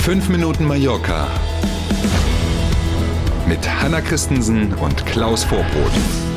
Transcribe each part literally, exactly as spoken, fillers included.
fünf Minuten Mallorca mit Hanna Christensen und Klaus Vorbrot.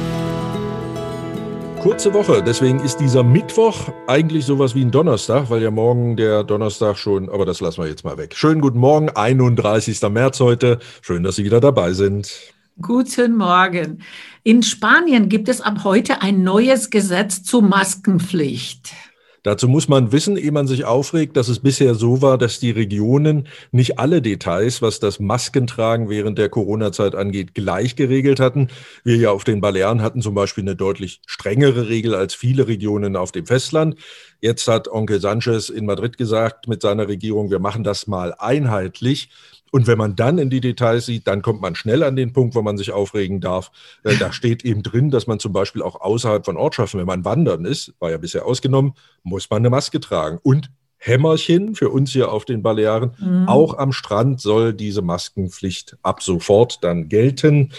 Kurze Woche, deswegen ist dieser Mittwoch eigentlich sowas wie ein Donnerstag, weil ja morgen der Donnerstag schon, aber das lassen wir jetzt mal weg. Schönen guten Morgen, einunddreißigster März heute. Schön, dass Sie wieder dabei sind. Guten Morgen. In Spanien gibt es ab heute ein neues Gesetz zur Maskenpflicht. Dazu muss man wissen, ehe man sich aufregt, dass es bisher so war, dass die Regionen nicht alle Details, was das Maskentragen während der Corona-Zeit angeht, gleich geregelt hatten. Wir ja auf den Balearen hatten zum Beispiel eine deutlich strengere Regel als viele Regionen auf dem Festland. Jetzt hat Onkel Sanchez in Madrid gesagt mit seiner Regierung, wir machen das mal einheitlich. Und wenn man dann in die Details sieht, dann kommt man schnell an den Punkt, wo man sich aufregen darf. Äh, da steht eben drin, dass man zum Beispiel auch außerhalb von Ortschaften, wenn man wandern ist, war ja bisher ausgenommen, muss man eine Maske tragen. Und Hämmerchen für uns hier auf den Balearen, mhm. auch am Strand soll diese Maskenpflicht ab sofort dann gelten.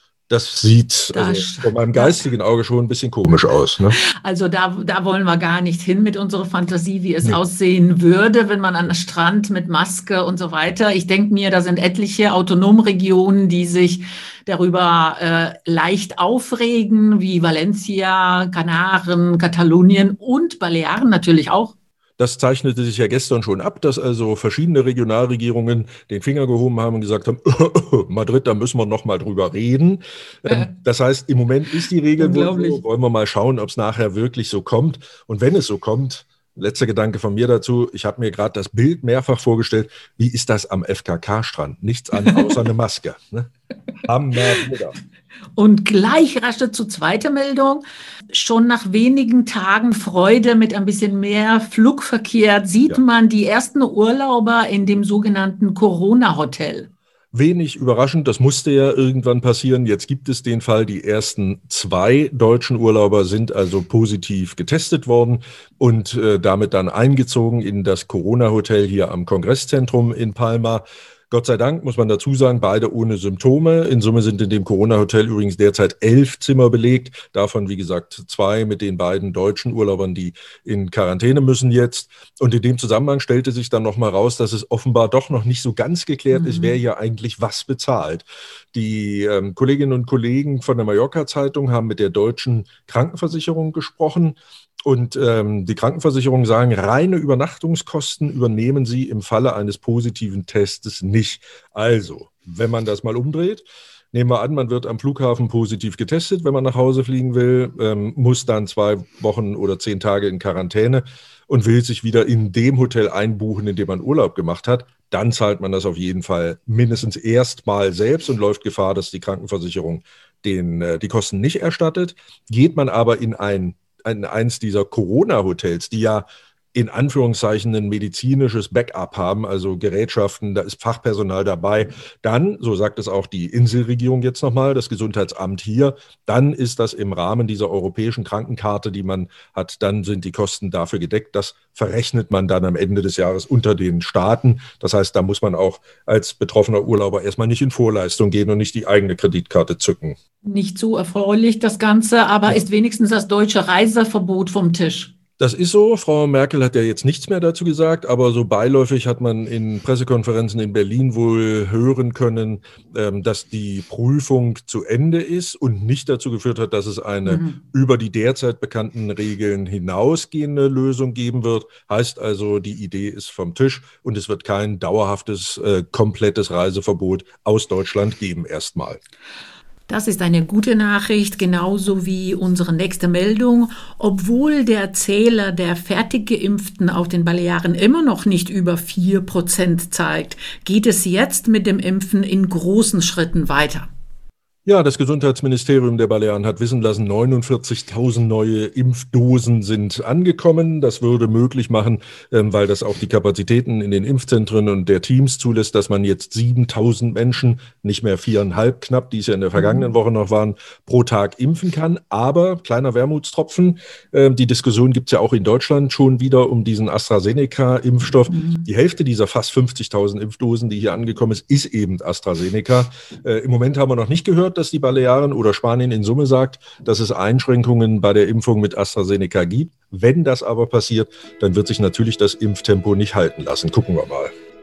Das sieht also das, von meinem geistigen Auge schon ein bisschen komisch aus. Ne? Also da, da wollen wir gar nicht hin mit unserer Fantasie, wie es nee. aussehen würde, wenn man an den Strand mit Maske und so weiter. Ich denke mir, da sind etliche Autonomregionen, die sich darüber äh, leicht aufregen, wie Valencia, Kanaren, Katalonien und Balearen natürlich auch. Das zeichnete sich ja gestern schon ab, dass also verschiedene Regionalregierungen den Finger gehoben haben und gesagt haben, Madrid, da müssen wir noch mal drüber reden. Ja. Das heißt, im Moment ist die Regel wohl so, wollen wir mal schauen, ob es nachher wirklich so kommt. Und wenn es so kommt, letzter Gedanke von mir dazu, ich habe mir gerade das Bild mehrfach vorgestellt, wie ist das am F K K-Strand? Nichts an, außer eine Maske. Ne? Hammer wieder. Und gleich rasche zu zweiter Meldung. Schon nach wenigen Tagen Freude mit ein bisschen mehr Flugverkehr sieht ja. man die ersten Urlauber in dem sogenannten Corona-Hotel. Wenig überraschend, das musste ja irgendwann passieren. Jetzt gibt es den Fall, die ersten zwei deutschen Urlauber sind also positiv getestet worden und äh, damit dann eingezogen in das Corona-Hotel hier am Kongresszentrum in Palma. Gott sei Dank, muss man dazu sagen, beide ohne Symptome. In Summe sind in dem Corona-Hotel übrigens derzeit elf Zimmer belegt. Davon, wie gesagt, zwei mit den beiden deutschen Urlaubern, die in Quarantäne müssen jetzt. Und in dem Zusammenhang stellte sich dann nochmal raus, dass es offenbar doch noch nicht so ganz geklärt mhm. ist, wer hier eigentlich was bezahlt. Die ähm, Kolleginnen und Kollegen von der Mallorca-Zeitung haben mit der deutschen Krankenversicherung gesprochen. Und ähm, die Krankenversicherungen sagen, reine Übernachtungskosten übernehmen sie im Falle eines positiven Testes nicht. Also, wenn man das mal umdreht, nehmen wir an, man wird am Flughafen positiv getestet, wenn man nach Hause fliegen will, ähm, muss dann zwei Wochen oder zehn Tage in Quarantäne und will sich wieder in dem Hotel einbuchen, in dem man Urlaub gemacht hat, dann zahlt man das auf jeden Fall mindestens erstmal selbst und läuft Gefahr, dass die Krankenversicherung den, äh, die Kosten nicht erstattet. Geht man aber in ein in eins dieser Corona-Hotels, die ja in Anführungszeichen ein medizinisches Backup haben, also Gerätschaften, da ist Fachpersonal dabei, dann, so sagt es auch die Inselregierung jetzt nochmal, das Gesundheitsamt hier, dann ist das im Rahmen dieser europäischen Krankenkarte, die man hat, dann sind die Kosten dafür gedeckt. Das verrechnet man dann am Ende des Jahres unter den Staaten. Das heißt, da muss man auch als betroffener Urlauber erstmal nicht in Vorleistung gehen und nicht die eigene Kreditkarte zücken. Nicht so erfreulich das Ganze, aber ja. ist wenigstens das deutsche Reiseverbot vom Tisch. Das ist so. Frau Merkel hat ja jetzt nichts mehr dazu gesagt, aber so beiläufig hat man in Pressekonferenzen in Berlin wohl hören können, dass die Prüfung zu Ende ist und nicht dazu geführt hat, dass es eine mhm. über die derzeit bekannten Regeln hinausgehende Lösung geben wird. Heißt also, die Idee ist vom Tisch und es wird kein dauerhaftes, äh, komplettes Reiseverbot aus Deutschland geben erstmal. Das ist eine gute Nachricht, genauso wie unsere nächste Meldung. Obwohl der Zähler der fertig Geimpften auf den Balearen immer noch nicht über vier Prozent zeigt, geht es jetzt mit dem Impfen in großen Schritten weiter. Ja, das Gesundheitsministerium der Balearen hat wissen lassen, neunundvierzigtausend neue Impfdosen sind angekommen. Das würde möglich machen, ähm, weil das auch die Kapazitäten in den Impfzentren und der Teams zulässt, dass man jetzt siebentausend Menschen, nicht mehr viereinhalb knapp, die es ja in der vergangenen Woche noch waren, pro Tag impfen kann. Aber, kleiner Wermutstropfen, äh, die Diskussion gibt es ja auch in Deutschland schon wieder um diesen AstraZeneca-Impfstoff. Mhm. Die Hälfte dieser fast fünfzigtausend Impfdosen, die hier angekommen ist, ist eben AstraZeneca. Äh, Im Moment haben wir noch nicht gehört, dass die Balearen oder Spanien in Summe sagt, dass es Einschränkungen bei der Impfung mit AstraZeneca gibt. Wenn das aber passiert, dann wird sich natürlich das Impftempo nicht halten lassen. Gucken wir mal.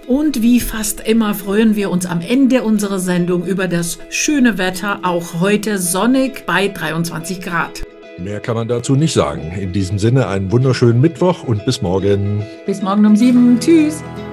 Und wie fast immer freuen wir uns am Ende unserer Sendung über das schöne Wetter, auch heute sonnig bei dreiundzwanzig Grad. Mehr kann man dazu nicht sagen. In diesem Sinne einen wunderschönen Mittwoch und bis morgen. Bis morgen um sieben. Tschüss.